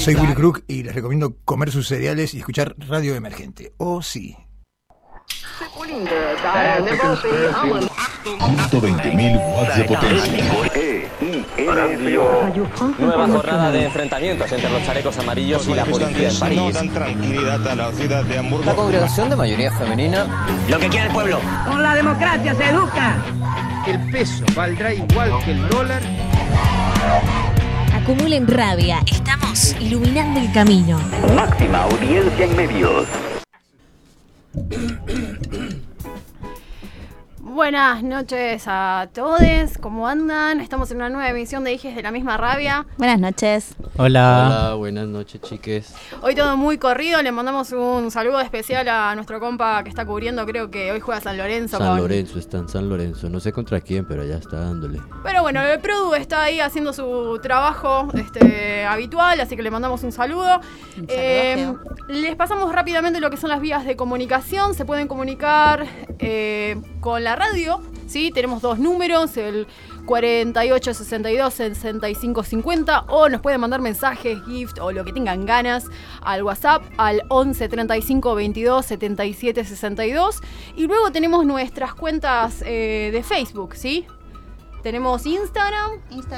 soy Willy Crook y les recomiendo comer sus cereales y escuchar Radio Emergente. Oh, sí. 120.000 watts de potencia. Nueva jornada de enfrentamientos entre los chalecos amarillos y la policía en París. No dan tranquilidad a la ciudad de Hamburgo. La congregación de mayoría femenina. Lo que quiere el pueblo. Con la democracia se educa. El peso valdrá igual que el dólar. Acumulen rabia. Estamos iluminando el camino. Máxima audiencia en medios. Buenas noches a todos, ¿cómo andan? Estamos en una nueva emisión de Hijes de la Misma Rabia. Buenas noches. Hola, buenas noches, chiques. Hoy todo muy corrido, le mandamos un saludo especial a nuestro compa que está cubriendo, creo que hoy juega San Lorenzo. Lorenzo, está en San Lorenzo, no sé contra quién, pero ya está dándole. Pero bueno, el Produ está ahí haciendo su trabajo habitual, así que le mandamos un saludo. Les pasamos rápidamente lo que son las vías de comunicación, se pueden comunicar con la radio, ¿sí? Tenemos dos números, el 4862-6550, o nos pueden mandar mensajes, gift o lo que tengan ganas al WhatsApp al 11 35 22 77 62. Y luego tenemos nuestras cuentas de Facebook, ¿sí? Tenemos Instagram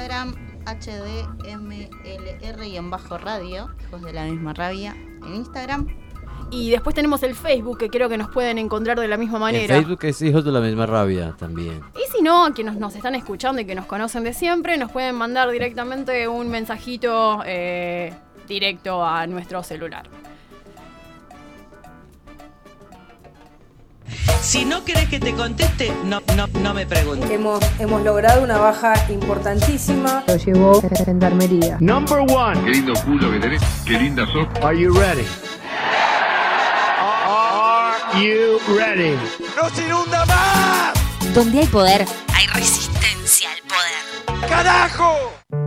HDMLR_radio, Hijos de la Misma Rabia, en Instagram. Y después tenemos el Facebook, que creo que nos pueden encontrar de la misma manera. En Facebook es Hijos de la Misma Rabia también. Y si no, quienes nos están escuchando y que nos conocen de siempre, nos pueden mandar directamente un mensajito directo a nuestro celular. Si no querés que te conteste, no me preguntes. Hemos logrado una baja importantísima. Lo llevó a la gendarmería. Number one. Qué lindo culo que tenés, qué linda sos. Are you ready? You ready? ¡No se inunda más! Donde hay poder, hay resistencia al poder. ¡Carajo!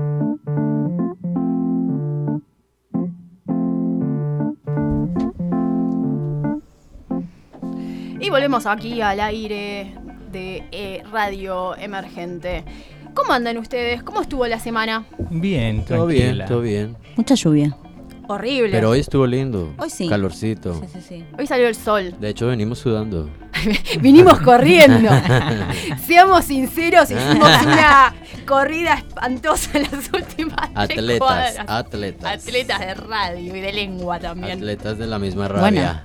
Y volvemos aquí al aire de Radio Emergente. ¿Cómo andan ustedes? ¿Cómo estuvo la semana? Bien, todo bien. Mucha lluvia. Horrible. Pero hoy estuvo lindo. Hoy sí. Calorcito. Sí. Hoy salió el sol. De hecho, venimos sudando. Vinimos corriendo. Seamos sinceros, hicimos una corrida espantosa en las últimas 3 cuadras. Atletas de radio y de lengua también. Atletas de la misma rabia.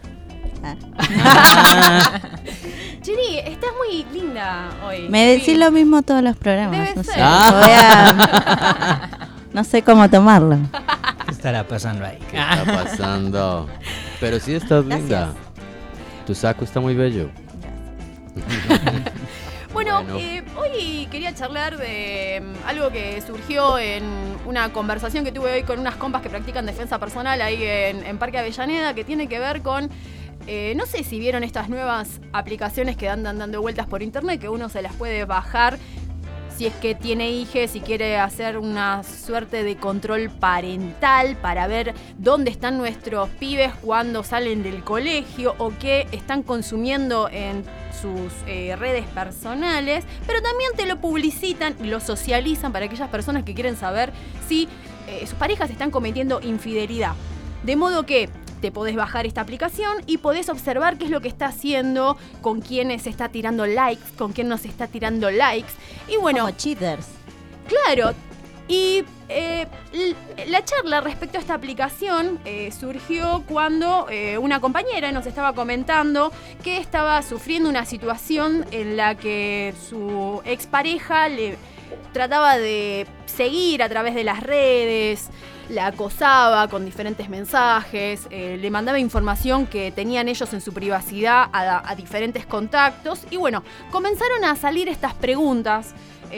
Jenny, estás muy linda hoy. Me decís lo mismo todos los programas. Debe ser. No sé cómo tomarlo. ¿Qué estará pasando ahí? ¿Qué está pasando? Pero sí estás linda. Tu saco está muy bello. Bueno. Hoy quería charlar de algo que surgió en una conversación que tuve hoy con unas compas que practican defensa personal ahí en Parque Avellaneda, que tiene que ver con... no sé si vieron estas nuevas aplicaciones que andan dando vueltas por internet, que uno se las puede bajar si es que tiene hijos, si quiere hacer una suerte de control parental para ver dónde están nuestros pibes cuando salen del colegio o qué están consumiendo en sus redes personales, pero también te lo publicitan y lo socializan para aquellas personas que quieren saber si sus parejas están cometiendo infidelidad. De modo que te podés bajar esta aplicación y podés observar qué es lo que está haciendo, con quién se está tirando likes, con quién no se está tirando likes. Y bueno, como cheaters. Claro. Y la charla respecto a esta aplicación surgió cuando una compañera nos estaba comentando que estaba sufriendo una situación en la que su expareja le trataba de seguir a través de las redes, la acosaba con diferentes mensajes, le mandaba información que tenían ellos en su privacidad a diferentes contactos. Y bueno, comenzaron a salir estas preguntas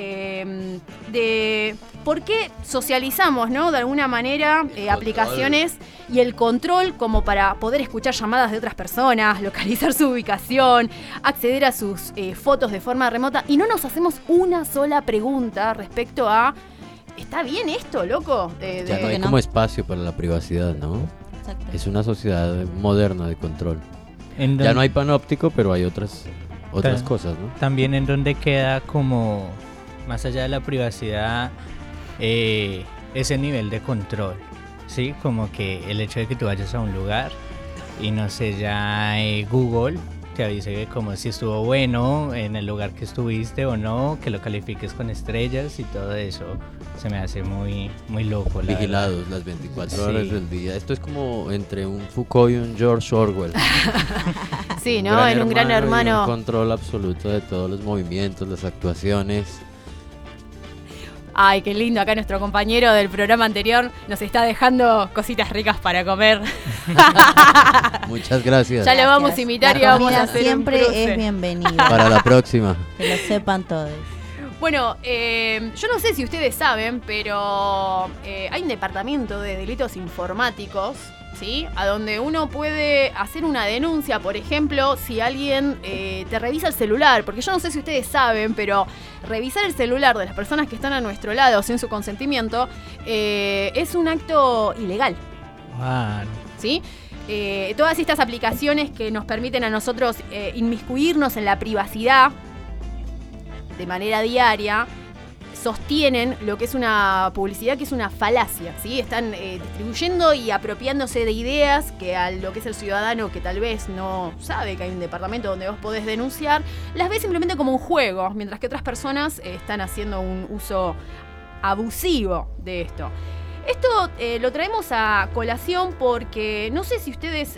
de por qué socializamos, ¿no? De alguna manera aplicaciones y el control como para poder escuchar llamadas de otras personas, localizar su ubicación, acceder a sus fotos de forma remota, y no nos hacemos una sola pregunta respecto a ¿está bien esto, loco? Ya no hay como espacio para la privacidad, ¿no? Exacto. Es una sociedad moderna de control. Ya no hay panóptico, pero hay otras cosas, ¿no? También en donde queda como, más allá de la privacidad, ese nivel de control. ¿sí? Como que el hecho de que tú vayas a un lugar y no sé, ya Google te avise como si estuvo bueno en el lugar que estuviste o no, que lo califiques con estrellas y todo eso. Se me hace muy, muy loco. Vigilados las 24 horas del día. Esto es como entre un Foucault y un George Orwell. Sí, ¿no? En un gran hermano. Un control absoluto de todos los movimientos, las actuaciones. Ay, qué lindo. Acá nuestro compañero del programa anterior nos está dejando cositas ricas para comer. Muchas gracias. Ya lo vamos a imitar y vamos a hacer siempre un cruce. es bienvenida. Para la próxima. Que lo sepan todos. Bueno, yo no sé si ustedes saben, pero hay un departamento de delitos informáticos, ¿sí? A donde uno puede hacer una denuncia, por ejemplo, si alguien te revisa el celular. Porque yo no sé si ustedes saben, pero revisar el celular de las personas que están a nuestro lado sin su consentimiento es un acto ilegal. ¿Sí? Todas estas aplicaciones que nos permiten a nosotros inmiscuirnos en la privacidad de manera diaria sostienen lo que es una publicidad que es una falacia, ¿sí? Están distribuyendo y apropiándose de ideas que a lo que es el ciudadano que tal vez no sabe que hay un departamento donde vos podés denunciar, las ve simplemente como un juego, mientras que otras personas están haciendo un uso abusivo de esto. Esto lo traemos a colación porque no sé si ustedes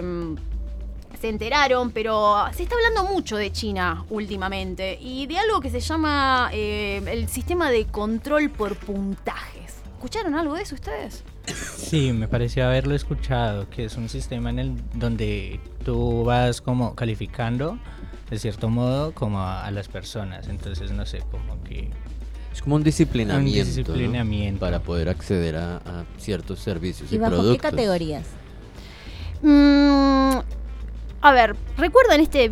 se enteraron, pero se está hablando mucho de China últimamente y de algo que se llama el sistema de control por puntajes. ¿Escucharon algo de eso ustedes? Sí, me pareció haberlo escuchado, que es un sistema en el donde tú vas como calificando de cierto modo como a las personas. Entonces no sé, como que es como un disciplinamiento, ¿no? Para poder acceder a ciertos servicios y bajo productos. ¿Qué categorías? A ver, ¿recuerdan este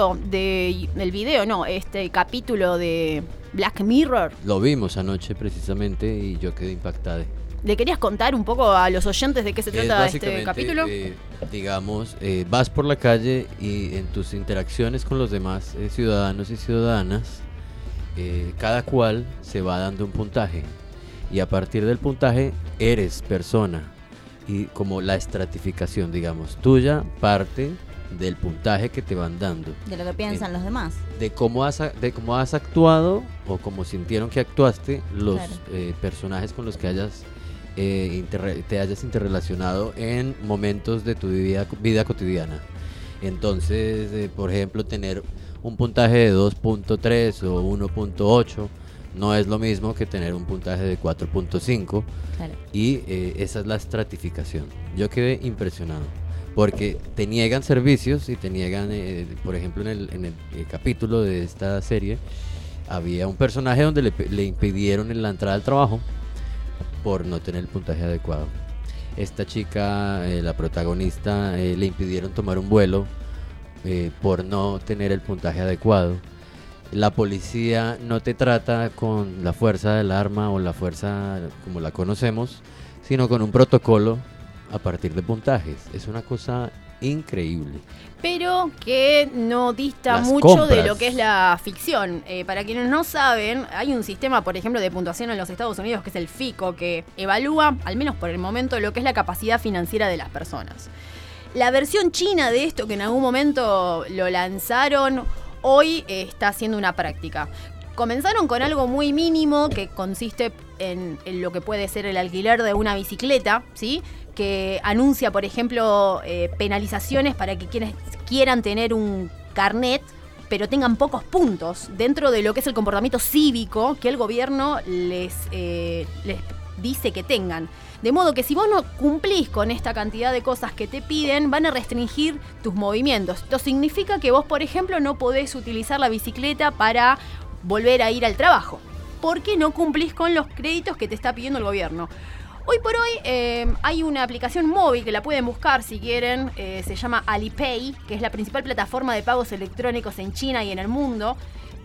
este capítulo de Black Mirror? Lo vimos anoche precisamente y yo quedé impactada. ¿Le querías contar un poco a los oyentes de qué se trata este capítulo? Digamos, vas por la calle y en tus interacciones con los demás ciudadanos y ciudadanas, cada cual se va dando un puntaje y a partir del puntaje eres persona y como la estratificación, digamos, tuya parte del puntaje que te van dando. De lo que piensan los demás. De cómo has actuado o cómo sintieron que actuaste los personajes con los que te hayas interrelacionado en momentos de tu vida cotidiana. Entonces, por ejemplo, tener un puntaje de 2.3 o 1.8 no es lo mismo que tener un puntaje de 4.5. Claro. Y esa es la estratificación. Yo quedé impresionado. Porque te niegan servicios y te niegan, por ejemplo, en el capítulo de esta serie, había un personaje donde le impidieron en la entrada al trabajo por no tener el puntaje adecuado. Esta chica, la protagonista, le impidieron tomar un vuelo por no tener el puntaje adecuado. La policía no te trata con la fuerza del arma o la fuerza como la conocemos, sino con un protocolo a partir de puntajes. Es una cosa increíble. Pero que no dista Las mucho compras. de lo que es la ficción. Para quienes no saben, hay un sistema, por ejemplo, de puntuación en los Estados Unidos, que es el FICO, que evalúa, al menos por el momento, lo que es la capacidad financiera de las personas. La versión china de esto, que en algún momento lo lanzaron, hoy está haciendo una práctica. Comenzaron con algo muy mínimo, que consiste en lo que puede ser el alquiler de una bicicleta, ¿sí? Que anuncia, por ejemplo, penalizaciones para que quienes quieran tener un carnet, pero tengan pocos puntos dentro de lo que es el comportamiento cívico que el gobierno les dice que tengan. De modo que si vos no cumplís con esta cantidad de cosas que te piden, van a restringir tus movimientos. Esto significa que vos, por ejemplo, no podés utilizar la bicicleta para volver a ir al trabajo, porque no cumplís con los créditos que te está pidiendo el gobierno. Hoy por hoy hay una aplicación móvil que la pueden buscar si quieren, se llama Alipay, que es la principal plataforma de pagos electrónicos en China y en el mundo,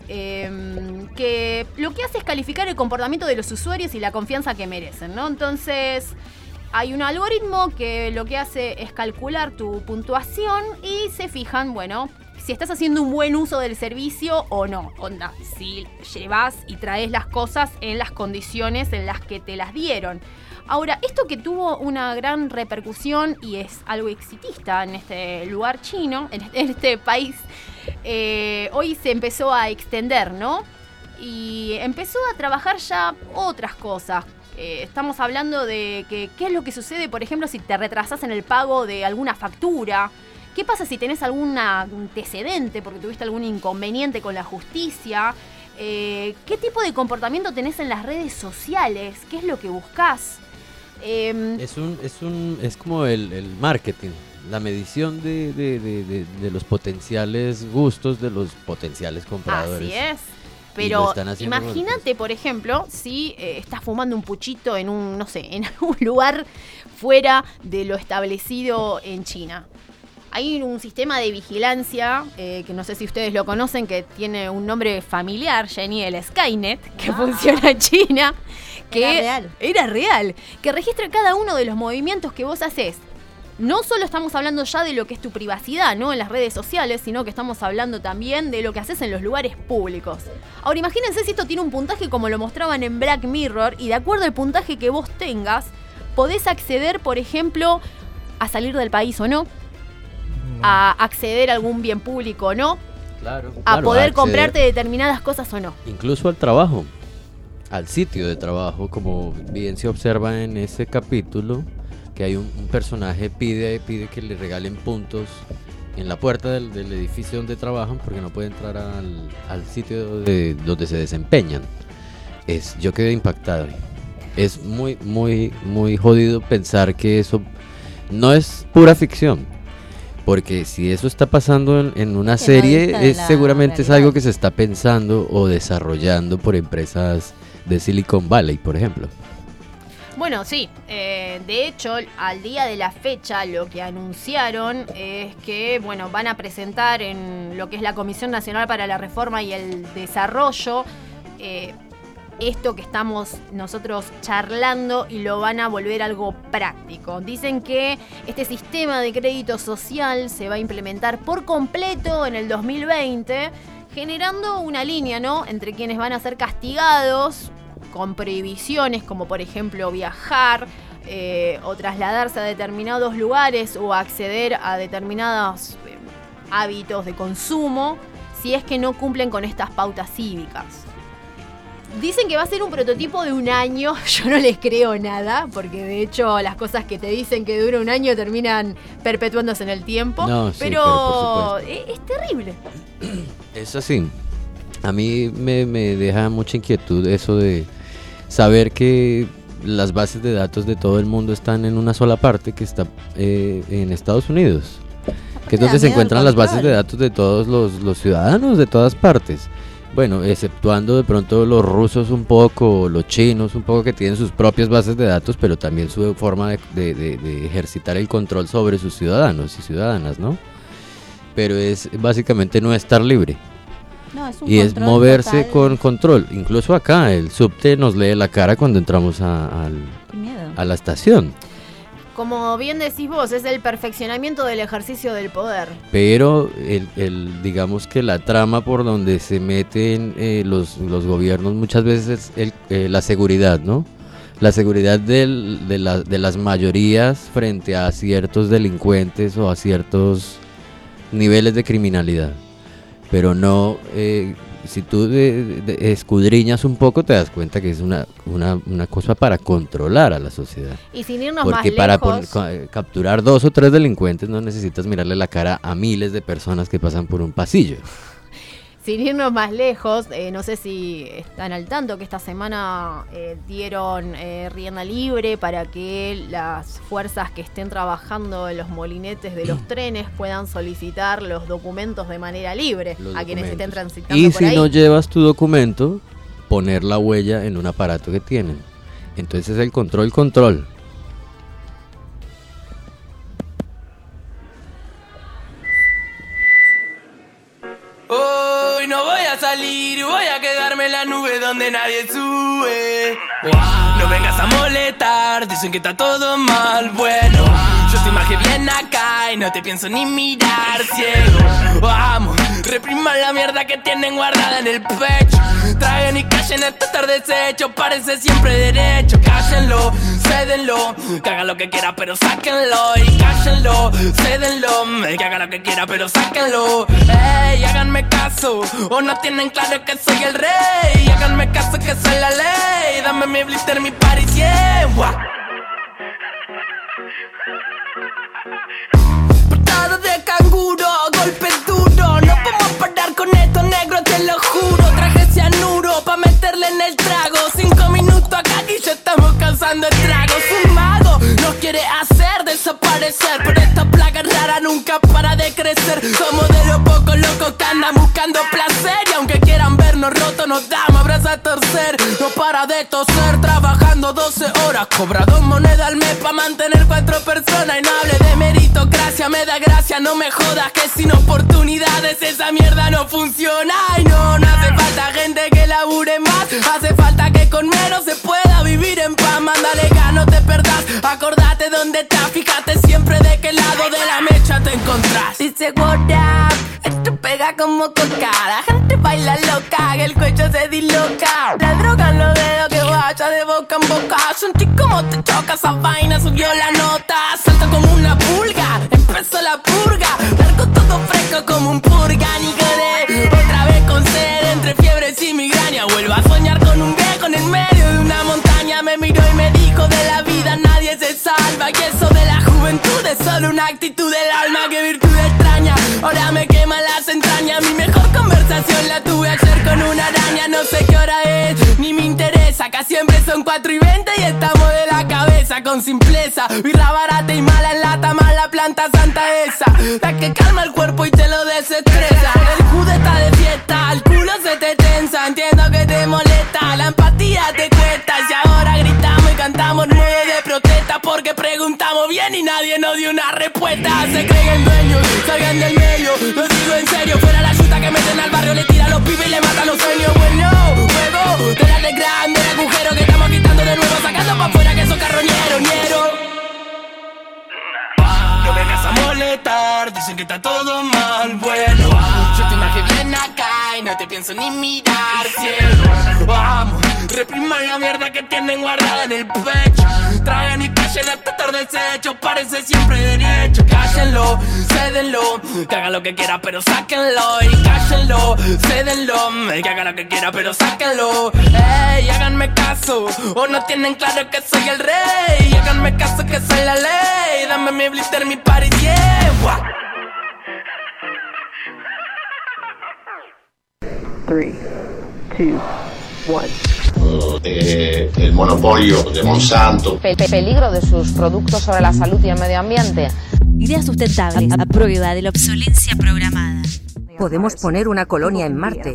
que lo que hace es calificar el comportamiento de los usuarios y la confianza que merecen, ¿no? Entonces hay un algoritmo que lo que hace es calcular tu puntuación y se fijan, bueno, si estás haciendo un buen uso del servicio o no. Onda, si llevas y traes las cosas en las condiciones en las que te las dieron. Ahora, esto que tuvo una gran repercusión y es algo exitista en este lugar chino, en este país, hoy se empezó a extender, ¿no? Y empezó a trabajar ya otras cosas. Estamos hablando de que qué es lo que sucede, por ejemplo, si te retrasas en el pago de alguna factura. ¿Qué pasa si tenés algún antecedente porque tuviste algún inconveniente con la justicia? ¿Qué tipo de comportamiento tenés en las redes sociales? ¿Qué es lo que buscás? Es como el marketing, la medición de los potenciales gustos de los potenciales compradores. Así es. Pero imagínate, por ejemplo, si estás fumando un puchito en en algún lugar fuera de lo establecido en China. Hay un sistema de vigilancia, que no sé si ustedes lo conocen, que tiene un nombre familiar, Jenny, el Skynet, que funciona en China. Era real. Que registra cada uno de los movimientos que vos haces. No solo estamos hablando ya de lo que es tu privacidad, ¿no? En las redes sociales, sino que estamos hablando también de lo que haces en los lugares públicos. Ahora, imagínense si esto tiene un puntaje como lo mostraban en Black Mirror, y de acuerdo al puntaje que vos tengas, podés acceder, por ejemplo, a salir del país o no, a acceder a algún bien público o no, a poder comprarte determinadas cosas o no. Incluso al trabajo, al sitio de trabajo, como bien se observa en ese capítulo, que hay un personaje pide que le regalen puntos en la puerta del edificio donde trabajan porque no puede entrar al sitio donde se desempeñan. Yo quedé impactado. Es muy, muy, muy jodido pensar que eso no es pura ficción. Porque si eso está pasando en una serie, seguramente es algo que se está pensando o desarrollando por empresas de Silicon Valley, por ejemplo. Bueno, sí. De hecho, al día de la fecha, lo que anunciaron es que, van a presentar en lo que es la Comisión Nacional para la Reforma y el Desarrollo esto que estamos nosotros charlando y lo van a volver algo práctico. Dicen que este sistema de crédito social se va a implementar por completo en el 2020, generando una línea, ¿no?, entre quienes van a ser castigados con prohibiciones, como por ejemplo viajar o trasladarse a determinados lugares o acceder a determinados hábitos de consumo, si es que no cumplen con estas pautas cívicas. Dicen que va a ser un prototipo de 1 año. Yo no les creo nada, porque de hecho las cosas que te dicen que dura 1 año terminan perpetuándose en el tiempo. No, sí, pero por es terrible. Es así. A mí me deja mucha inquietud eso de saber que las bases de datos de todo el mundo están en una sola parte, que está en Estados Unidos, que es donde se encuentran las bases de datos de todos los ciudadanos de todas partes. Bueno, exceptuando de pronto los rusos un poco, los chinos un poco, que tienen sus propias bases de datos, pero también su forma de ejercitar el control sobre sus ciudadanos y ciudadanas, ¿no? Pero es básicamente no estar libre. No, es un y es moverse con control. Incluso acá el subte nos lee la cara cuando entramos a la estación. Como bien decís vos, es el perfeccionamiento del ejercicio del poder. Pero digamos que la trama por donde se meten los gobiernos muchas veces es la seguridad, ¿no? La seguridad de las mayorías frente a ciertos delincuentes o a ciertos niveles de criminalidad. Pero no, si tú escudriñas un poco, te das cuenta que es una cosa para controlar a la sociedad. Y sin irnos porque más lejos, para capturar 2 o 3 delincuentes no necesitas mirarle la cara a miles de personas que pasan por un pasillo. Sin irnos más lejos, no sé si están al tanto que esta semana dieron rienda libre para que las fuerzas que estén trabajando en los molinetes de los trenes puedan solicitar los documentos de manera libre a quienes estén transitando y por ahí. Y si no llevas tu documento, poner la huella en un aparato que tienen. Entonces el control. Hoy no voy a salir, voy a quedarme en la nube donde nadie sube. No vengas a molestar, dicen que está todo mal. Bueno, yo estoy más que bien acá y no te pienso ni mirar, ciego. Vamos, repriman la mierda que tienen guardada en el pecho. Traigan y callen este estar deshecho, parece siempre derecho. Cállenlo, cédenlo, que haga lo que quiera pero sáquenlo. Y cállenlo, cédenlo, que haga lo que quiera pero sáquenlo. Ey, háganme caso, o no tienen claro que soy el rey. Háganme caso que soy la ley, dame mi blister, mi party 100. Portada de canguro, golpe duro. No podemos parar con esto, negro, te lo juro. Traje cianuro pa' meterle en el trago. 5 minutos acá y ya estamos causando estragos. Un mago nos quiere hacer desaparecer, pero esta plaga rara nunca para de crecer. Somos de los pocos locos que andan buscando placer, y aunque quieran vernos rotos nos damos abrazos a torcer. No para de toser, trabajando 12 horas, cobra 2 monedas al mes pa' mantener 4 personas. Y no hable de meritocracia, me da gracia, no me jodas que sin oportunidades esa mierda no funciona. Y no hace falta gente que labure más, hace falta que con menos se pueda vivir en paz. Mándale gas, no te perdás, acordate dónde estás, fíjate siempre de qué lado de la mecha te encontrás. Dice what up, esto pega como coca, la gente baila loca, que el cuello se disloca. La droga en los dedos que vaya de boca en boca, sentí como te choca esa vaina, subió la nota. Salto como una pulga, empezó la purga, largo todo fresco como un purga. Ni quedé otra vez con sed, entre fiebres y migraña. Vuelvo a soñar con un viejo en el medio de una montaña. Me miró y me dijo, de la vida nadie se salva, y eso de la juventud es solo una actitud del alma. Que virtud extraña, ahora me quema las entrañas. Mi mejor conversación la tuve ayer con una araña. No sé qué hora es, ni me interesa, acá siempre son 4:20 y estamos de la cabeza con simpleza. Birra barata y mala en lata, mala planta santa esa, la que calma el cuerpo y te lo desestresa. El judo está de fiesta, el culo se te tensa, entiendo que te molesta, la empatía te cuesta. Y ahora gritamos y cantamos 9 de protesta, porque preguntamos bien y nadie nos dio una respuesta. Se creen dueños, salgan del medio, lo digo en serio. Fuera la chuta que meten al barrio, le tiran los pibes y le matan los sueños. Bueno, juego de darle grande el agujero que estamos quitando de nuevo, sacando pa' afuera que son carroñeros, ñero. No vengas a molestar, dicen que está todo mal. Bueno, yo te imagino bien acá y no te pienso ni mirar, cielo. Vamos, repriman la mierda que tienen guardada en el pecho. Traigan y callen hasta estar deshecho, parece siempre derecho. Cállenlo, cédenlo, que haga lo que quiera pero sáquenlo. Y cállenlo, cédenlo, que haga lo que quiera pero sáquenlo. Ey, háganme caso, o no tienen claro que soy el rey. Háganme caso que soy la ley, dame mi blister, mi party 10. 3, 2, 1. El monopolio de Monsanto. Peligro de sus productos sobre la salud y el medio ambiente. Ideas sustentables a prueba de la obsolencia programada. Podemos poner una colonia en Marte.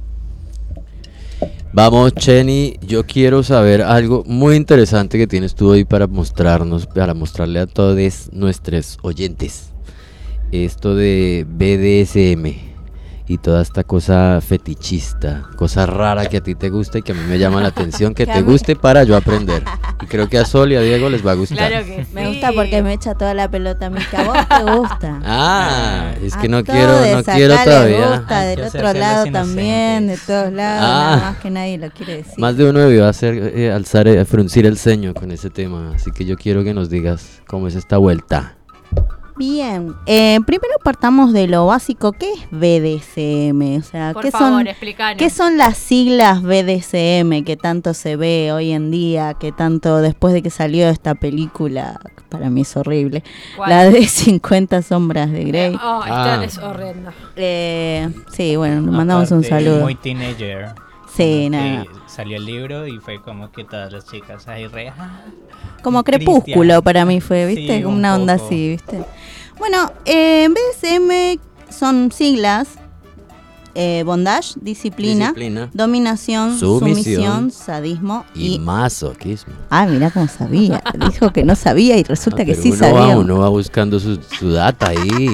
Vamos, Cheni, yo quiero saber algo muy interesante que tienes tú hoy para mostrarnos, para mostrarle a todos nuestros oyentes. Esto de BDSM y toda esta cosa fetichista, cosa rara que a ti te gusta y que a mí me llama la atención que te guste para yo aprender. Y creo que a Sol y a Diego les va a gustar. Claro que sí. Me gusta porque me echa toda la pelota a mí, que a vos te gusta. Ah, es que no todos quiero todavía. Les gusta, del otro lado también, de todos lados, nada más que nadie lo quiere decir. Más de uno debió hacer fruncir el ceño con ese tema, así que yo quiero que nos digas cómo es esta vuelta. Bien, primero partamos de lo básico, ¿qué es BDSM? O sea, Por favor, explícanos. ¿Qué son las siglas BDSM que tanto se ve hoy en día, que tanto después de que salió esta película, para mí es horrible, ¿cuál? La de 50 sombras de Grey? Esta es horrenda. Sí, bueno, le mandamos un saludo. Muy teenager. Sí, nada. Salió el libro y fue como que todas las chicas ahí como Crepúsculo para mí fue, ¿viste? Sí, como una onda así, ¿viste? Bueno, BDSM son siglas: bondage, disciplina, dominación, sumisión, sadismo y masoquismo. Ah, mira cómo sabía. Dijo que no sabía y resulta que sí uno sabía. Uno va buscando su data ahí.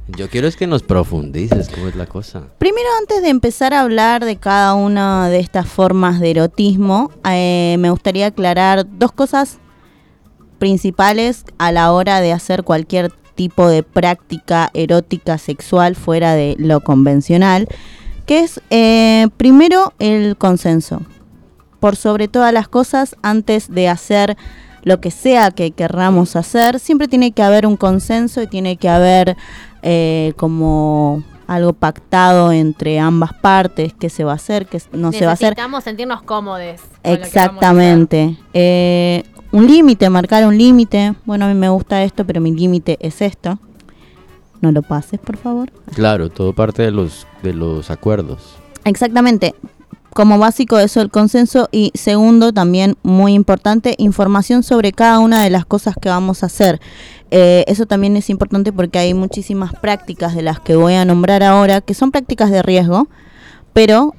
Yo quiero es que nos profundices cómo es la cosa. Primero, antes de empezar a hablar de cada una de estas formas de erotismo, me gustaría aclarar dos cosas principales a la hora de hacer cualquier tipo de práctica erótica sexual fuera de lo convencional, que es primero el consenso. Por sobre todas las cosas, antes de hacer lo que sea que querramos hacer, siempre tiene que haber un consenso y tiene que haber como algo pactado entre ambas partes, qué se va a hacer, qué no se va a hacer. Necesitamos sentirnos cómodos. Exactamente. Un límite, marcar un límite. Bueno, a mí me gusta esto, pero mi límite es esto. No lo pases, por favor. Claro, todo parte de los acuerdos. Exactamente. Como básico eso, el consenso. Y segundo, también muy importante, información sobre cada una de las cosas que vamos a hacer. Eso también es importante porque hay muchísimas prácticas de las que voy a nombrar ahora, que son prácticas de riesgo, pero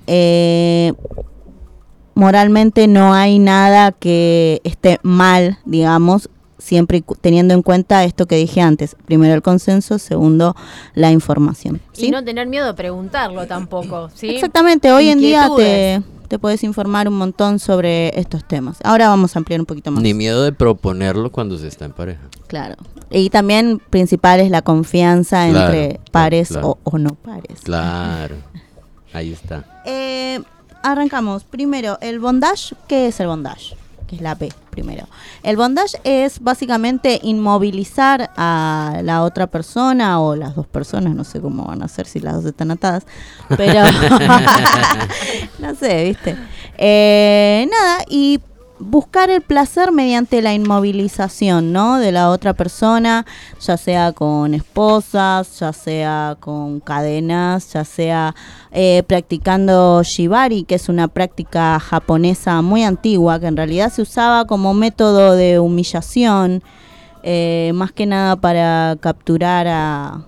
moralmente no hay nada que esté mal, digamos, siempre teniendo en cuenta esto que dije antes. Primero el consenso, segundo la información. ¿Sí? Y no tener miedo de preguntarlo tampoco, ¿sí? Exactamente, hoy en día te puedes informar un montón sobre estos temas. Ahora vamos a ampliar un poquito más. Ni miedo de proponerlo cuando se está en pareja. Claro. Y también principal es la confianza entre pares o no pares. Claro, ahí está. Arrancamos. Primero, el bondage. ¿Qué es el bondage? Que es la B primero. El bondage es básicamente inmovilizar a la otra persona o las dos personas, no sé cómo van a ser si las dos están atadas, pero no sé, ¿viste? Nada, y buscar el placer mediante la inmovilización, ¿no? De la otra persona, ya sea con esposas, ya sea con cadenas, ya sea practicando shibari, que es una práctica japonesa muy antigua, que en realidad se usaba como método de humillación, más que nada para capturar a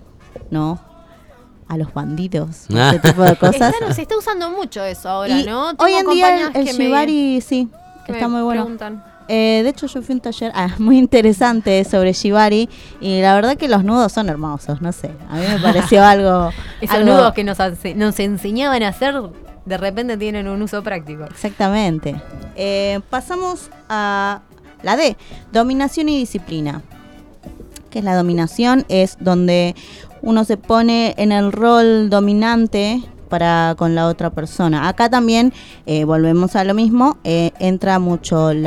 los bandidos, ese tipo de cosas. Se está usando mucho eso ahora, y ¿no? Hoy en día el shibari sí, está muy bueno. De hecho yo fui a un taller muy interesante sobre shibari y la verdad que los nudos son hermosos, no sé, a mí me pareció algo... Esos nudos que nos enseñaban a hacer, de repente tienen un uso práctico. Exactamente. Pasamos a la D, dominación y disciplina. ¿Qué es la dominación? Es donde uno se pone en el rol dominante con la otra persona. Acá también volvemos a lo mismo, entra mucho el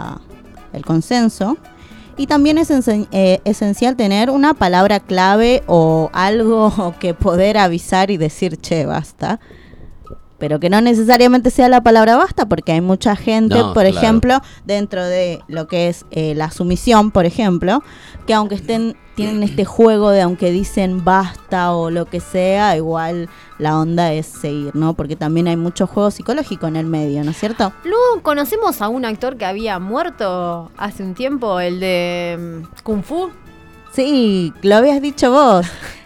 consenso y también es esencial tener una palabra clave o algo que poder avisar y decir, che, basta. Pero que no necesariamente sea la palabra basta, porque hay mucha gente, ejemplo, dentro de lo que es la sumisión, por ejemplo, que aunque tienen este juego de aunque dicen basta o lo que sea, igual la onda es seguir, ¿no? Porque también hay mucho juego psicológico en el medio, ¿no es cierto? Luego conocemos a un actor que había muerto hace un tiempo, el de Kung Fu. Sí, lo habías dicho vos.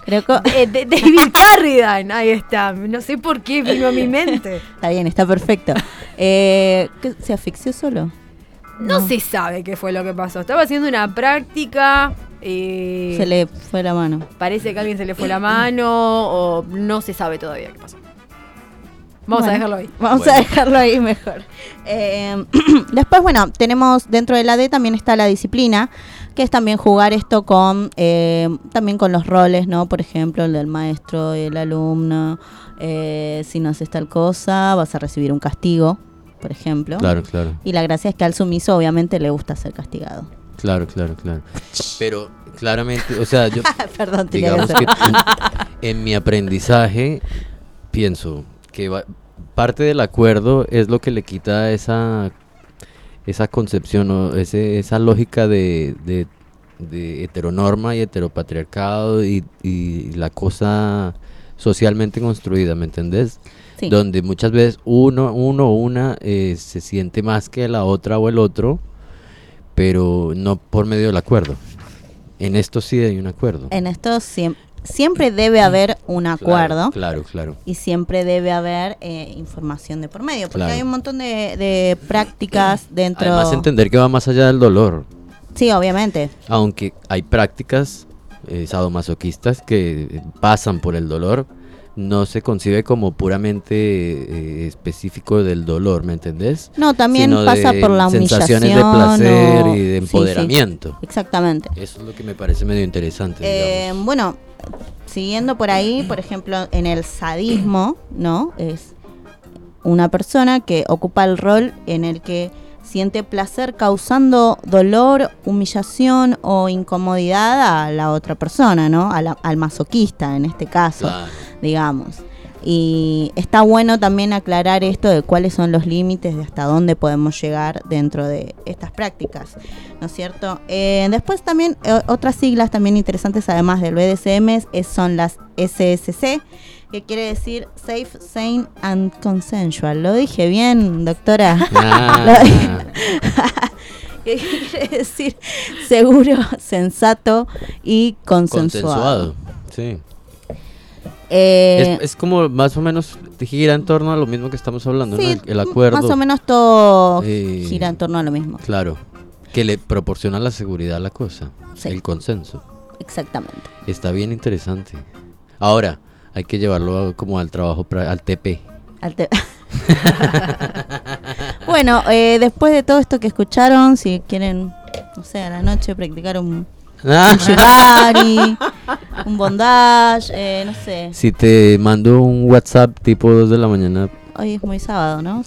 David Carradine, ahí está. No sé por qué vino a mi mente. Está bien, está perfecto. ¿Se asfixió solo? No se sabe qué fue lo que pasó. Estaba haciendo una práctica. Se le fue la mano. Parece que a alguien se le fue la mano o no se sabe todavía qué pasó. Vamos a dejarlo ahí. Vamos a dejarlo ahí mejor. Después, tenemos dentro de la D también está la disciplina, que es también jugar esto con también con los roles, ¿no? Por ejemplo, el del maestro y el alumno. Si no haces tal cosa, vas a recibir un castigo, por ejemplo. Claro. Y la gracia es que al sumiso obviamente le gusta ser castigado. Claro. Pero claramente, o sea, yo Perdón, digamos que en mi aprendizaje pienso que parte del acuerdo es lo que le quita esa concepción o esa lógica de heteronorma y heteropatriarcado y la cosa socialmente construida, ¿me entendés? Sí. Donde muchas veces una se siente más que la otra o el otro, pero no por medio del acuerdo. En esto sí hay un acuerdo. En esto siempre debe haber un acuerdo. Claro. Y siempre debe haber información de por medio. Porque hay un montón de prácticas dentro. Además, entender que va más allá del dolor. Sí, obviamente. Aunque hay prácticas sadomasoquistas que pasan por el dolor, no se concibe como puramente específico del dolor, ¿me entendés? No, también sino pasa por la sensaciones de placer y de empoderamiento. Sí, exactamente. Eso es lo que me parece medio interesante. Bueno, siguiendo por ahí, por ejemplo, en el sadismo, ¿no? Es una persona que ocupa el rol en el que siente placer causando dolor, humillación o incomodidad a la otra persona, ¿no? Al masoquista en este caso, claro, digamos. Y está bueno también aclarar esto de cuáles son los límites de hasta dónde podemos llegar dentro de estas prácticas, ¿no es cierto? Después también otras siglas también interesantes además del BDSM son las SSC, que quiere decir Safe, Sane and Consensual. ¿Lo dije bien, doctora? ¿Qué quiere decir? Seguro, sensato y consensuado. Sí. Es como más o menos gira en torno a lo mismo que estamos hablando, sí, ¿no? El acuerdo. Más o menos todo gira en torno a lo mismo. Claro, que le proporciona la seguridad a la cosa, sí, el consenso. Exactamente. Está bien interesante. Ahora, hay que llevarlo como al trabajo, al TP. Bueno, después de todo esto que escucharon, si quieren, no sé, a la noche practicar un shibari, un bondage, no sé. Si te mando un WhatsApp tipo 2 de la mañana. Hoy es muy sábado, ¿no?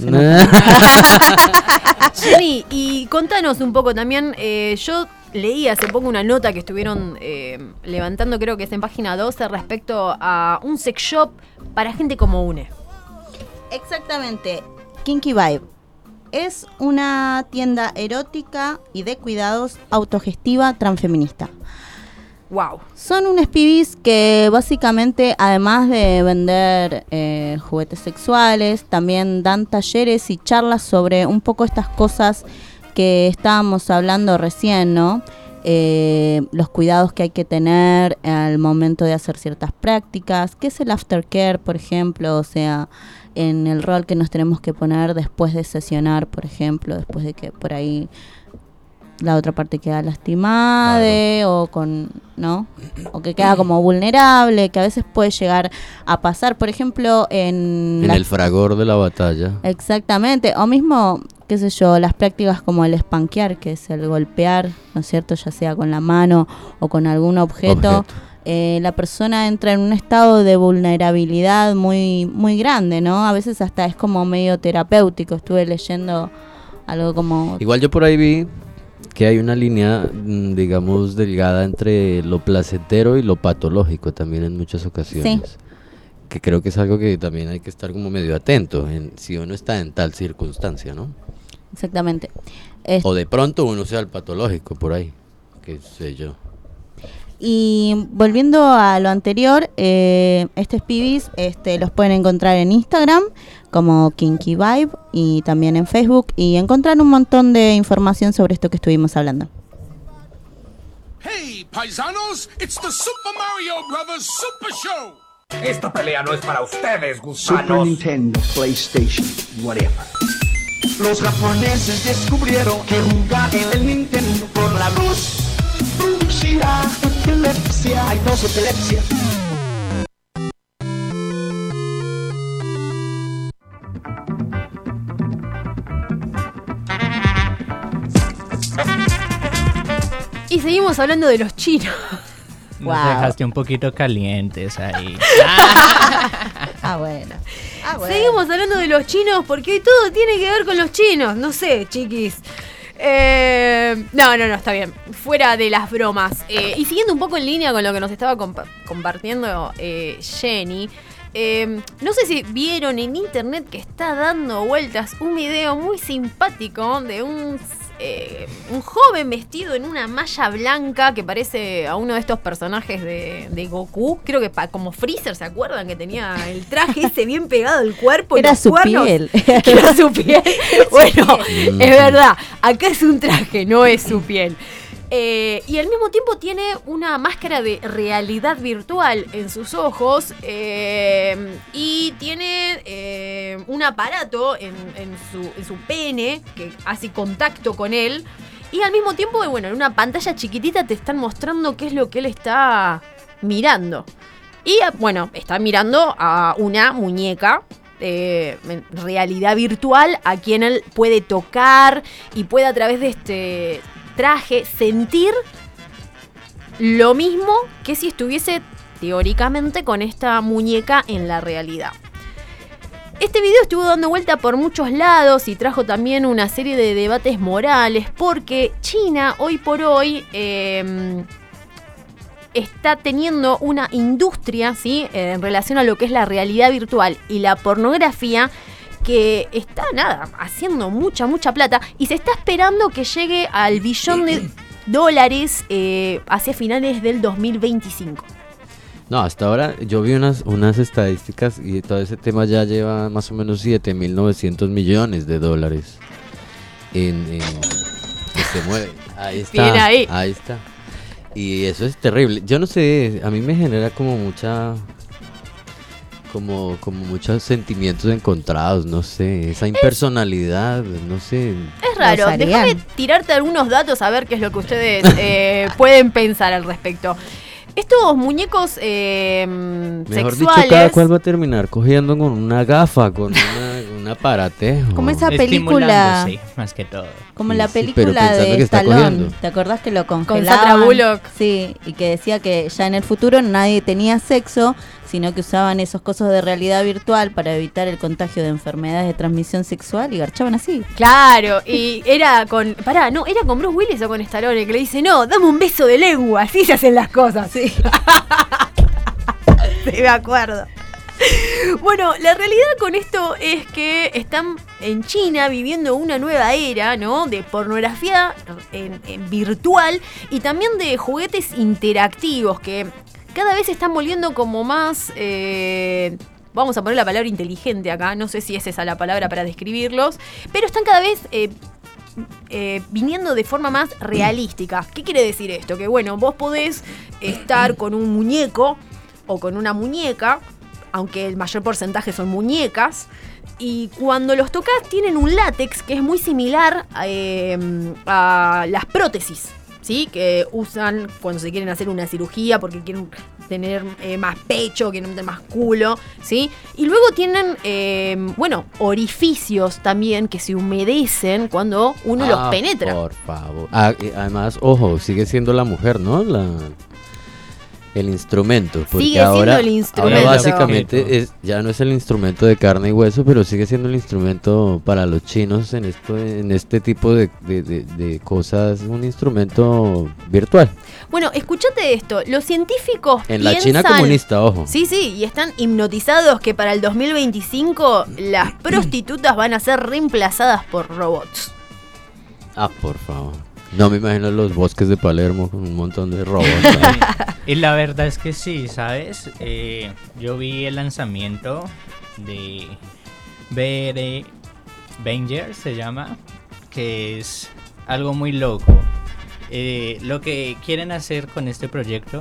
Jenny, y contanos un poco también, yo leí hace poco una nota que estuvieron levantando, creo que es en página 12, respecto a un sex shop para gente como UNE. Exactamente, Kinky Vibe. Es una tienda erótica y de cuidados autogestiva transfeminista. Wow. Son unos pibis que básicamente, además de vender juguetes sexuales, también dan talleres y charlas sobre un poco estas cosas que estábamos hablando recién, ¿no? Los cuidados que hay que tener al momento de hacer ciertas prácticas. ¿Qué es el aftercare, por ejemplo? O sea, en el rol que nos tenemos que poner después de sesionar, por ejemplo, después de que por ahí la otra parte queda lastimada, claro, o con, ¿no? O que queda como vulnerable, que a veces puede llegar a pasar, por ejemplo, en el fragor de la batalla. Exactamente, o mismo, qué sé yo, las prácticas como el spankear, que es el golpear, ¿no es cierto?, ya sea con la mano o con algún objeto. La persona entra en un estado de vulnerabilidad muy, muy grande, ¿no? A veces hasta es como medio terapéutico. Estuve leyendo algo como... Igual yo por ahí vi que hay una línea, digamos, delgada entre lo placentero y lo patológico también en muchas ocasiones. Sí. Que creo que es algo que también hay que estar como medio atento si uno está en tal circunstancia, ¿no? Exactamente. O de pronto uno sea el patológico por ahí, qué sé yo. Y volviendo a lo anterior, estos pibis los pueden encontrar en Instagram como Kinky Vibe y también en Facebook, y encontrar un montón de información sobre esto que estuvimos hablando. Hey, paisanos, it's the Super Mario Brothers Super Show. Esta pelea no es para ustedes, gusanos. Super Nintendo, PlayStation, whatever. Los japoneses descubrieron que jugar en el Nintendo por la luz producirá epilepsia. Hay dos epilepsias. Y seguimos hablando de los chinos. Nos dejaste un poquito calientes ahí. Bueno. Seguimos hablando de los chinos porque todo tiene que ver con los chinos. No sé, chiquis. No, está bien. Fuera de las bromas. Y siguiendo un poco en línea con lo que nos estaba compartiendo Jenny. No sé si vieron en internet que está dando vueltas un video muy simpático de un joven vestido en una malla blanca que parece a uno de estos personajes de Goku. Creo que como Freezer, ¿se acuerdan? Que tenía el traje ese bien pegado al cuerpo. Era su piel. Era su piel. Bueno, es verdad. Acá es un traje, no es su piel. Y al mismo tiempo tiene una máscara de realidad virtual en sus ojos, y tiene un aparato en su pene que hace contacto con él, Y al mismo tiempo, bueno, en una pantalla chiquitita te están mostrando qué es lo que él está mirando. Y bueno, está mirando a una muñeca en realidad virtual a quien él puede tocar y puede a través de este traje sentir lo mismo que si estuviese teóricamente con esta muñeca en la realidad. Este video estuvo dando vuelta por muchos lados y trajo también una serie de debates morales porque China hoy por hoy está teniendo una industria, ¿sí? En relación a lo que es la realidad virtual y la pornografía que está, haciendo mucha plata y se está esperando que llegue al billón de dólares hacia finales del 2025. No, hasta ahora yo vi unas estadísticas y todo ese tema ya lleva más o menos 7.900 millones de dólares que se mueve. Ahí está. Bien ahí. Ahí está. Y eso es terrible. Yo no sé, a mí me genera como muchos sentimientos encontrados, no sé, esa impersonalidad, no sé. Es raro, déjame tirarte algunos datos a ver qué es lo que ustedes pueden pensar al respecto. Estos muñecos Mejor sexuales... dicho, cada cual va a terminar cogiendo con una gafa, con un aparatejo. Como esa película... Estimulándose, más que todo. Como la Sí, película pero de que está Stallone. cogiendo. ¿Te acordás que lo Con congelaban? Sandra Bullock. Sí, y que decía que ya en el futuro nadie tenía sexo, sino que usaban esos cosos de realidad virtual para evitar el contagio de enfermedades de transmisión sexual y garchaban así. Claro, y era con... ¿era con Bruce Willis o con Stallone? Que le dice, no, dame un beso de lengua, así se hacen las cosas. Sí, sí, me acuerdo. Bueno, la realidad con esto es que están en China viviendo una nueva era, ¿no? De pornografía en virtual y también de juguetes interactivos que cada vez se están volviendo como más... vamos a poner la palabra inteligente acá, no sé si es esa la palabra para describirlos, pero están cada vez viniendo de forma más realística. ¿Qué quiere decir esto? Que bueno, vos podés estar con un muñeco o con una muñeca, aunque el mayor porcentaje son muñecas, y cuando los tocas tienen un látex que es muy similar a las prótesis, ¿sí? Que usan cuando se quieren hacer una cirugía porque quieren tener más pecho, quieren tener más culo, ¿sí? Y luego tienen, orificios también que se humedecen cuando uno los penetra. Por favor. Además, ojo, sigue siendo la mujer, ¿no? El instrumento, porque sigue siendo el instrumento. Ahora básicamente ya no es el instrumento de carne y hueso, pero sigue siendo el instrumento para los chinos en este tipo de cosas, un instrumento virtual. Bueno, escúchate esto, los científicos en la China comunista, ojo. Sí, y están hipnotizados que para el 2025 las prostitutas van a ser reemplazadas por robots. Por favor. No me imagino los bosques de Palermo con un montón de robots. Y la verdad es que sí, ¿sabes? Yo vi el lanzamiento de VR Venger, se llama, que es algo muy loco. Lo que quieren hacer con este proyecto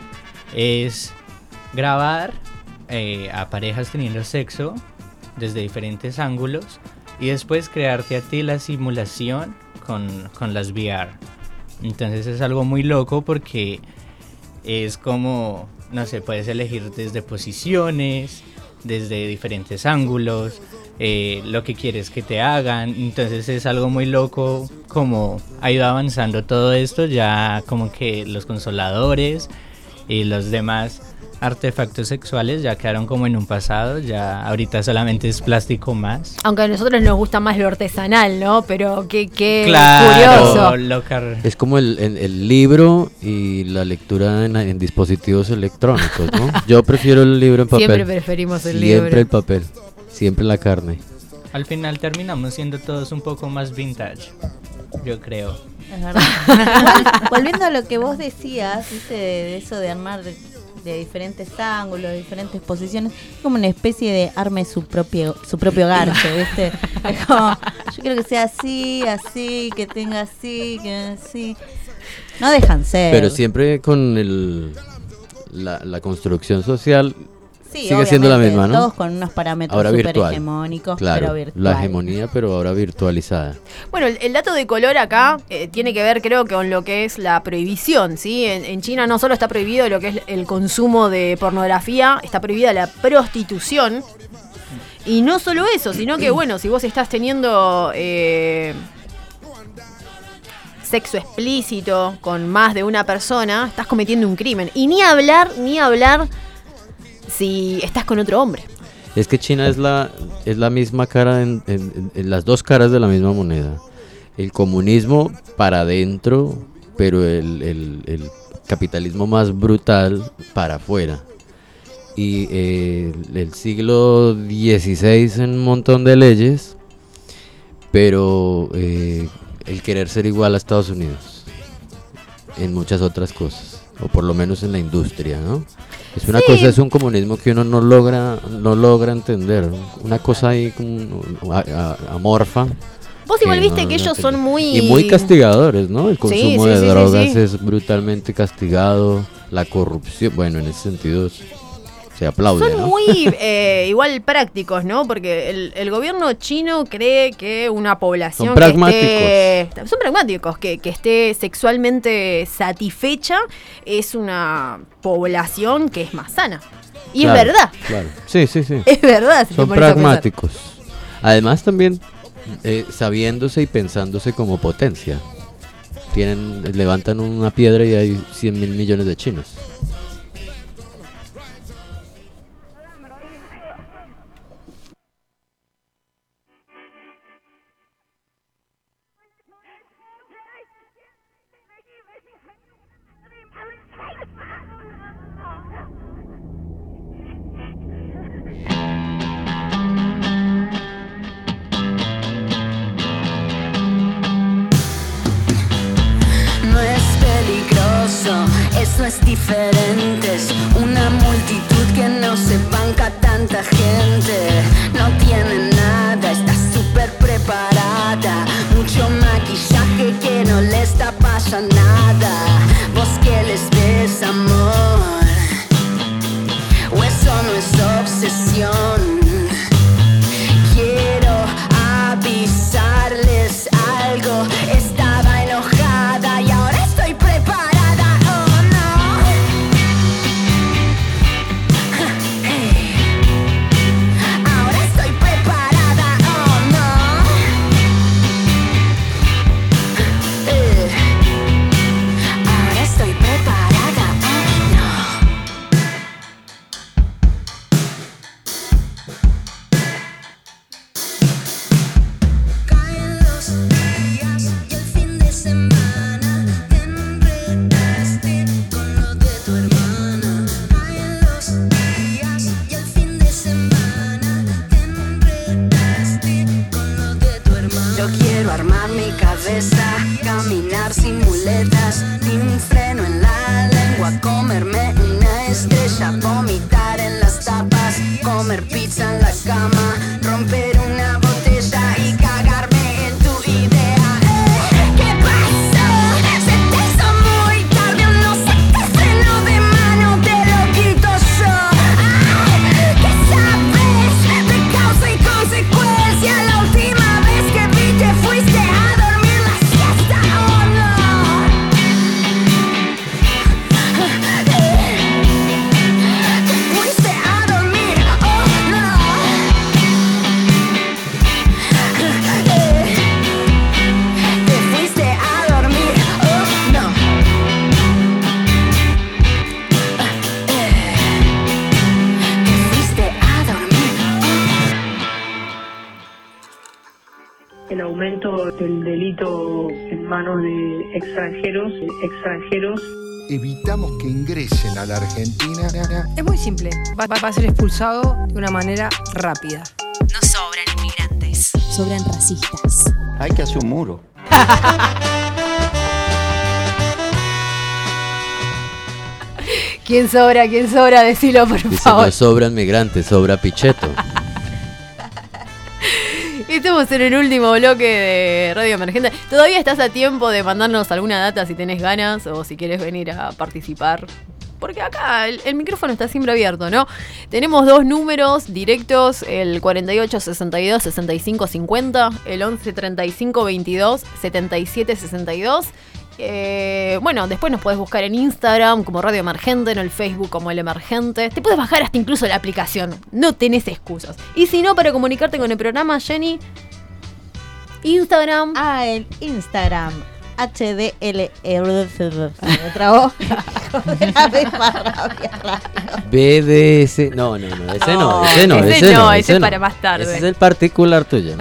es grabar a parejas teniendo sexo desde diferentes ángulos y después crearte a ti la simulación con las VR. Entonces es algo muy loco porque es como, no sé, puedes elegir desde posiciones, desde diferentes ángulos, lo que quieres que te hagan. Entonces es algo muy loco como ha ido avanzando todo esto, ya como que los consoladores y los demás artefactos sexuales ya quedaron como en un pasado, ya ahorita solamente es plástico más. Aunque a nosotros nos gusta más lo artesanal, ¿no? Pero qué claro, curioso. Es como el libro y la lectura en dispositivos electrónicos, ¿no? Yo prefiero el libro en papel. Siempre preferimos el libro. Siempre el papel, siempre la carne. Al final terminamos siendo todos un poco más vintage, yo creo. Es verdad. Igual, volviendo a lo que vos decías, ¿viste? De eso de armar de diferentes ángulos, de diferentes posiciones, como una especie de arme su propio garche, ¿viste? Es como, yo quiero que sea así, que tenga así, que así. No dejan ser. Pero siempre con la construcción social Sí, sigue siendo la misma, ¿no? Todos con unos parámetros ahora súper virtual. hegemónicos, Claro, pero virtual. la hegemonía, pero ahora virtualizada. Bueno, el dato de color acá tiene que ver, creo, con lo que es la prohibición, ¿sí? En China no solo está prohibido lo que es el consumo de pornografía, está prohibida la prostitución. Y no solo eso, sino que, bueno, si vos estás teniendo sexo explícito con más de una persona, estás cometiendo un crimen. Y ni hablar si estás con otro hombre. Es que China es la misma cara en las dos caras de la misma moneda. El comunismo para adentro, pero el capitalismo más brutal para afuera. Y el siglo XVI en un montón de leyes, pero el querer ser igual a Estados Unidos en muchas otras cosas, o por lo menos en la industria, ¿no? Es una cosa, es un comunismo que uno no logra entender, una cosa ahí como amorfa. Vos igual viste que ellos son muy... Y muy castigadores, ¿no? El consumo de drogas sí. es brutalmente castigado, la corrupción, bueno, en ese sentido se aplaude, son ¿no? muy igual prácticos, ¿no? Porque el gobierno chino cree que una población son pragmáticos. Son pragmáticos, que esté sexualmente satisfecha es una población que es más sana. Y claro, es verdad. Claro. Sí. Es verdad. Son pragmáticos. Además también sabiéndose y pensándose como potencia. Levantan una piedra y hay 100.000 millones de chinos. Eso es diferente, es una multitud que no se banca tanta gente. No tiene nada, está súper preparada. Mucho maquillaje que no le está pasando nada. Vos que les ves amor, o eso no es obsesión. Quiero avisarles algo, estaba enojada y ahora estoy preparada. Caminar sin muletas, sin freno en la lengua, comerme una estrella, vomitar en las tapas, comer pizza en la cama, romper una botella y cagarme en tu idea. ¿Qué pasó? Se te hizo muy tarde, no sé qué freno de mano, te lo quito yo. ¿Qué sabes de causa y consecuencia? La última vez que vi te fuiste a dormir la siesta, oh no. Te fuiste a dormir, oh no. Te fuiste a dormir, oh no. Te fuiste a dormir. El aumento del delito en manos de extranjeros. Evitamos que ingresen a la Argentina. Es muy simple, va a ser expulsado de una manera rápida. No sobran inmigrantes. Sobran racistas. Hay que hacer un muro. ¿Quién sobra? Decilo, por Dice, favor. no sobran migrantes, sobra Pichetto. Estamos en el último bloque de Radio Emergente. Todavía estás a tiempo de mandarnos alguna data si tenés ganas o si quieres venir a participar. porque acá el micrófono está siempre abierto, ¿no? Tenemos 2 números directos, el 48 62 65 50, el 11 35 22 77 62. Bueno, después nos podés buscar en Instagram como Radio Emergente, en el Facebook como El Emergente. Te puedes bajar hasta incluso la aplicación, no tenés excusas. Y si no, para comunicarte con el programa, Jenny, Instagram. El Instagram. HDL. Me trabó. BDS. No, ese es para más tarde. Ese es el particular tuyo.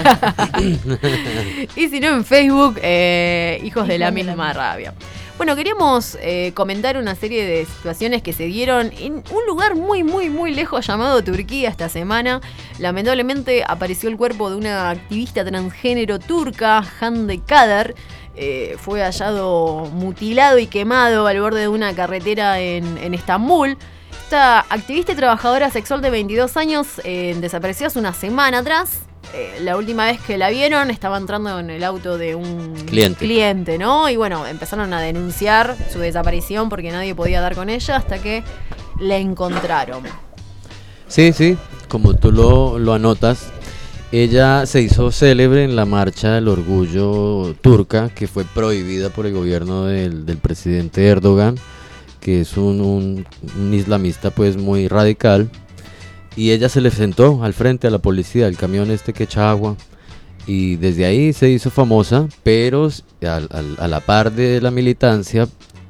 Y si no, en Facebook, Hijos de la Misma Rabia. Bueno, queríamos comentar una serie de situaciones que se dieron en un lugar muy, muy, muy lejos llamado Turquía esta semana. Lamentablemente apareció el cuerpo de una activista transgénero turca, Hande Kader. Fue hallado mutilado y quemado al borde de una carretera en Estambul. Esta activista y trabajadora sexual de 22 años desapareció hace una semana atrás. La última vez que la vieron estaba entrando en el auto de un cliente, ¿no? Y bueno, empezaron a denunciar su desaparición porque nadie podía dar con ella hasta que la encontraron. Sí, como tú lo anotas, ella se hizo célebre en la marcha del orgullo turca, que fue prohibida por el gobierno del presidente Erdogan, que es un islamista pues muy radical. Y ella se le sentó al frente a la policía, el camión que echa agua, y desde ahí se hizo famosa, pero a la par de la militancia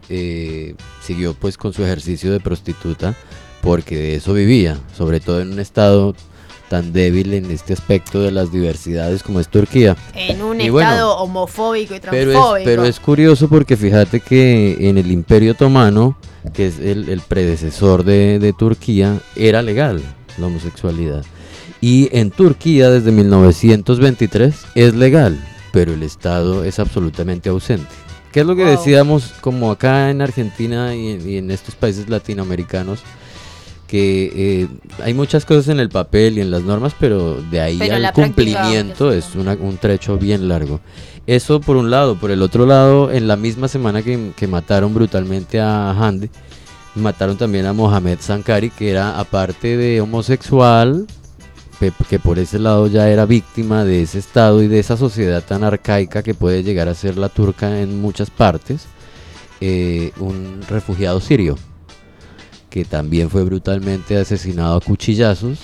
siguió pues con su ejercicio de prostituta, porque de eso vivía, sobre todo en un estado tan débil en este aspecto de las diversidades como es Turquía. En un estado homofóbico y transfóbico. Pero es curioso porque fíjate que en el Imperio Otomano, que es el predecesor de Turquía, era legal la homosexualidad. Y en Turquía desde 1923 es legal, pero el Estado es absolutamente ausente. ¿Qué es lo que decíamos como acá en Argentina y en estos países latinoamericanos? Que hay muchas cosas en el papel y en las normas, pero de ahí al cumplimiento es un trecho bien largo. Eso por un lado. Por el otro lado, en la misma semana que mataron brutalmente a Hande, mataron también a Mohamed Sankari, que era, aparte de homosexual, que por ese lado ya era víctima de ese estado y de esa sociedad tan arcaica que puede llegar a ser la turca en muchas partes, un refugiado sirio, que también fue brutalmente asesinado a cuchillazos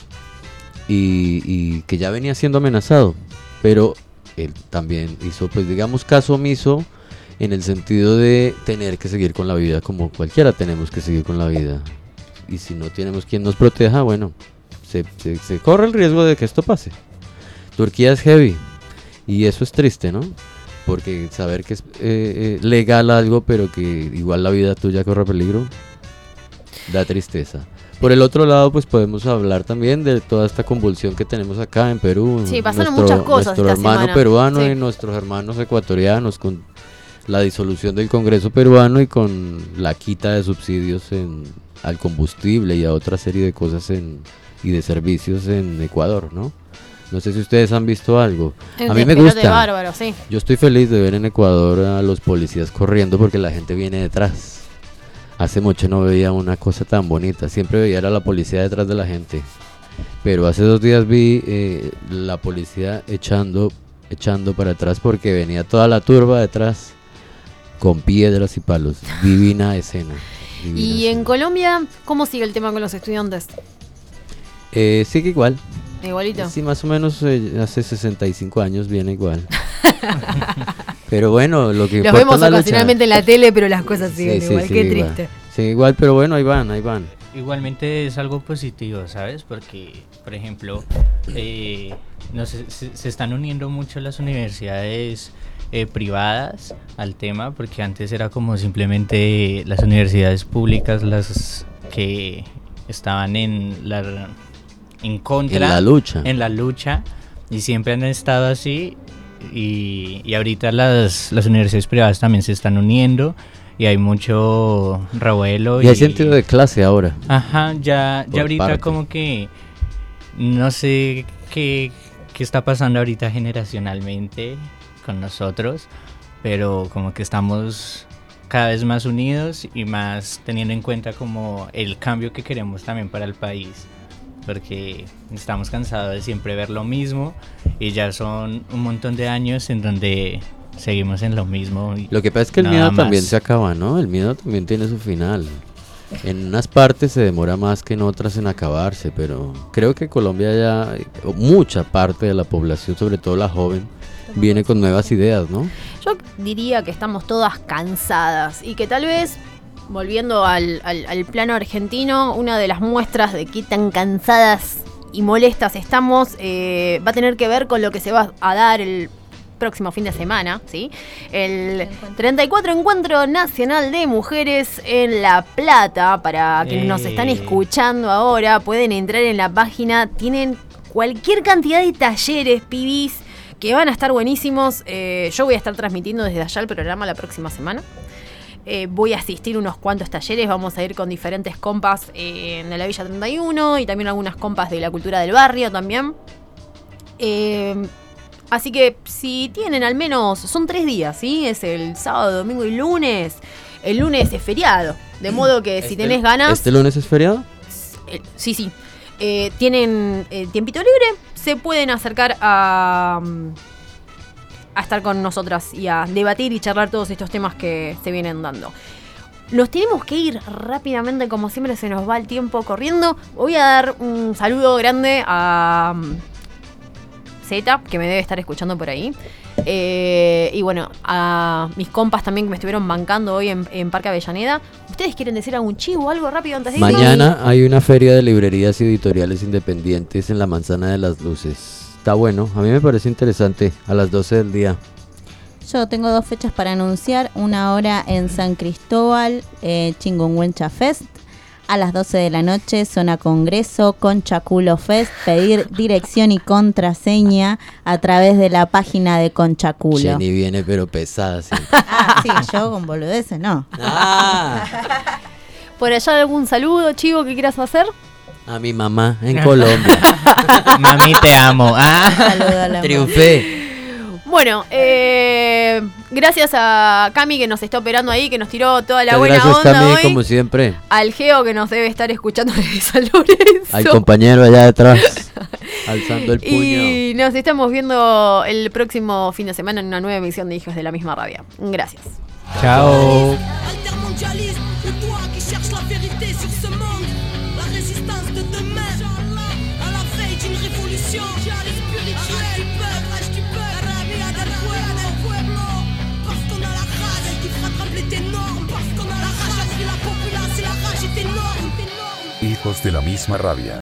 y que ya venía siendo amenazado, pero él también hizo, pues digamos, caso omiso en el sentido de tener que seguir con la vida, como cualquiera tenemos que seguir con la vida, y si no tenemos quien nos proteja, bueno, se corre el riesgo de que esto pase. Turquía es heavy y eso es triste, ¿no? Porque saber que es legal algo, pero que igual la vida tuya corre peligro, da tristeza. Por el otro lado, pues podemos hablar también de toda esta convulsión que tenemos acá en Perú. Sí, pasaron muchas cosas nuestro esta hermano semana. peruano Sí. y nuestros hermanos ecuatorianos, con la disolución del Congreso peruano y con la quita de subsidios al combustible y a otra serie de cosas y de servicios en Ecuador, ¿no? No sé si ustedes han visto algo. A mí me gusta. Bárbaro, sí. Yo estoy feliz de ver en Ecuador a los policías corriendo porque la gente viene detrás. Hace mucho no veía una cosa tan bonita. Siempre veía a la policía detrás de la gente. Pero hace 2 días vi la policía echando para atrás porque venía toda la turba detrás con piedras y palos. Divina escena. Y en Colombia, ¿cómo sigue el tema con los estudiantes? Sigue igual. Igualito. Sí, más o menos hace 65 años viene igual. Pero bueno, lo que los vemos ocasionalmente en la tele, pero las cosas siguen igual. Sí, Qué igual. triste. Sí, igual, pero bueno, ahí van. Igualmente es algo positivo, ¿sabes? Porque, por ejemplo, no sé, se están uniendo mucho las universidades privadas al tema, porque antes era como simplemente las universidades públicas las que estaban en contra, en la lucha, y siempre han estado así, y ahorita las universidades privadas también se están uniendo y hay mucho revuelo. Y hay sentido de clase ahora. Ajá, ya ahorita parte. Como que no sé qué está pasando ahorita generacionalmente con nosotros, pero como que estamos cada vez más unidos y más teniendo en cuenta como el cambio que queremos también para el país, porque estamos cansados de siempre ver lo mismo y ya son un montón de años en donde seguimos en lo mismo. Lo que pasa es que el miedo también se acaba, ¿no? El miedo también tiene su final. En unas partes se demora más que en otras en acabarse, pero creo que Colombia ya, mucha parte de la población, sobre todo la joven, viene con nuevas ideas, ¿no? Yo diría que estamos todas cansadas y que tal vez, volviendo al plano argentino, una de las muestras de qué tan cansadas y molestas estamos va a tener que ver con lo que se va a dar el próximo fin de semana, ¿sí? El 34 Encuentro Nacional de Mujeres en La Plata. Para quienes nos están escuchando ahora, pueden entrar en la página, tienen cualquier cantidad de talleres, pibis, que van a estar buenísimos. Yo voy a estar transmitiendo desde allá el programa la próxima semana. Voy a asistir a unos cuantos talleres, vamos a ir con diferentes compas de la Villa 31 y también algunas compas de la cultura del barrio también. Así que si tienen al menos, son 3 días, ¿sí? Es el sábado, domingo y lunes. El lunes es feriado, de modo que si tenés ganas... ¿Este lunes es feriado? Sí. Tienen tiempito libre, se pueden acercar a estar con nosotras y a debatir y charlar todos estos temas que se vienen dando. Nos tenemos que ir rápidamente, como siempre se nos va el tiempo corriendo. Voy a dar un saludo grande a Z, que me debe estar escuchando por ahí. Y bueno, a mis compas también que me estuvieron bancando hoy en Parque Avellaneda. ¿Ustedes quieren decir algún chivo, algo rápido antes de irnos? Mañana hay una feria de librerías y editoriales independientes en la Manzana de las Luces. Está bueno, a mí me parece interesante, a las 12 del día. Yo tengo 2 fechas para anunciar, una hora en San Cristóbal, Chingonhuencha Fest. A las 12 de la noche, Zona Congreso, Conchaculo Fest. Pedir dirección y contraseña a través de la página de Conchaculo. Jenny viene pero pesada, sí. Sí, yo con boludeces no. ¿Por allá algún saludo, chivo, que quieras hacer? A mi mamá en Colombia. Mami, te amo. Saludo a la Triunfé. Bueno, gracias a Cami que nos está operando ahí, que nos tiró toda la buena gracias, onda Cami, hoy. como siempre. Al Geo que nos debe estar escuchando desde San Lorenzo. Al compañero allá detrás, alzando el puño. Y nos estamos viendo el próximo fin de semana en una nueva emisión de Hijos de la Misma Rabia. Gracias. Chao. Hijos de la Misma Rabia.